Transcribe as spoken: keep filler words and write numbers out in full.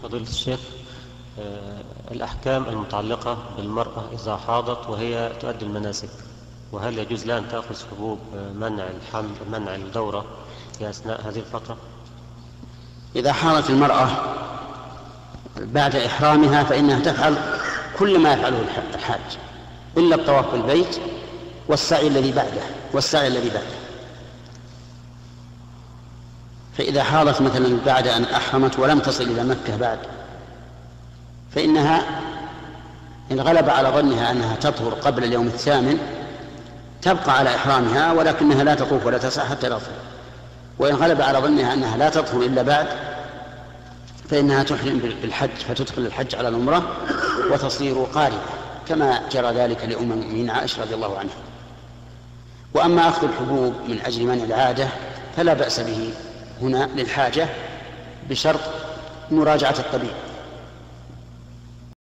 فضيلة الشيخ، آه، الأحكام المتعلقة بالمرأة إذا حاضت وهي تؤدي المناسك، وهل يجوز لها أن تأخذ حبوب منع الحمل منع الدورة في أثناء هذه الفترة؟ إذا حاضت المرأة بعد إحرامها فإنها تفعل كل ما يفعله الحاج إلا الطواف بالبيت والسعي الذي بعده والسعي الذي بعده. فإذا حاضت مثلا بعد أن أحرمت ولم تصل إلى مكة بعد، فإنها إن غلب على ظنها أنها تطهر قبل اليوم الثامن تبقى على إحرامها، ولكنها لا تطوف ولا تسعى حتى تطهر. وإن غلب على ظنها أنها لا تطهر إلا بعد فإنها تحرم بالحج، فتدخل الحج على العمرة وتصير قاربة، كما جرى ذلك لأم المؤمنين عائشة رضي الله عنها. وأما أخذ الحبوب من أجل منع العادة فلا بأس به هنا للحاجة، بشرط مراجعة الطبيب.